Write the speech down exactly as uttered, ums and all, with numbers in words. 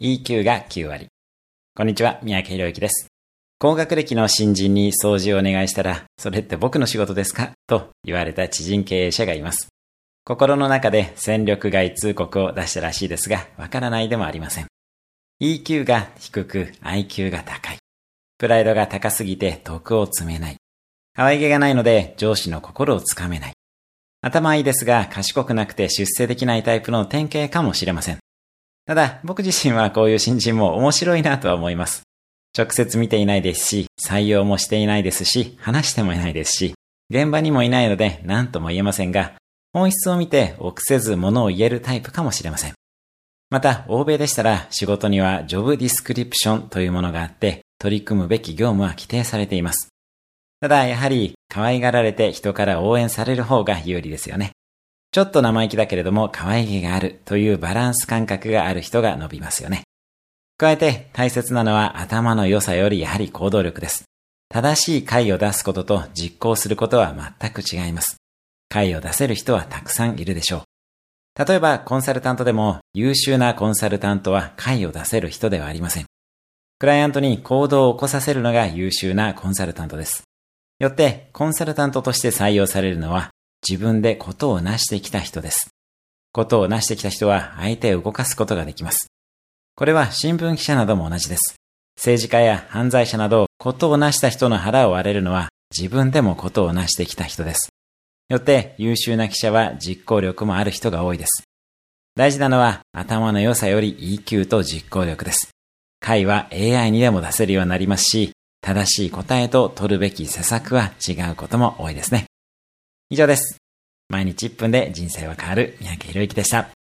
イーキュー がきゅうわり。こんにちは、三宅宏之です。高学歴の新人に掃除をお願いしたら、それって僕の仕事ですかと言われた知人経営者がいます。心の中で戦力外通告を出したらしいですが、わからないでもありません。イーキュー が低く アイキュー が高い。プライドが高すぎて徳を積めない。可愛げがないので上司の心をつかめない。頭いいですが賢くなくて出世できないタイプの典型かもしれません。ただ僕自身はこういう新人も面白いなとは思います。直接見ていないですし、採用もしていないですし、話してもいないですし、現場にもいないので何とも言えませんが、本質を見て臆せず物を言えるタイプかもしれません。また、欧米でしたら仕事にはジョブディスクリプションというものがあって、取り組むべき業務は規定されています。ただ、やはり可愛がられて人から応援される方が有利ですよね。ちょっと生意気だけれども可愛げがあるというバランス感覚がある人が伸びますよね。加えて大切なのは頭の良さよりやはり行動力です。正しい解を出すことと実行することは全く違います。解を出せる人はたくさんいるでしょう。例えばコンサルタントでも優秀なコンサルタントは解を出せる人ではありません。クライアントに行動を起こさせるのが優秀なコンサルタントです。よってコンサルタントとして採用されるのは自分でことを成してきた人です。ことを成してきた人は相手を動かすことができます。これは新聞記者なども同じです。政治家や犯罪者などことを成した人の腹を割れるのは自分でもことを成してきた人です。よって優秀な記者は実行力もある人が多いです。大事なのは頭の良さより イーキュー と実行力です。解は エーアイ にでも出せるようになりますし、正しい答えと取るべき施策は違うことも多いですね。以上です。毎日いっぷんで人生は変わる三宅宏之でした。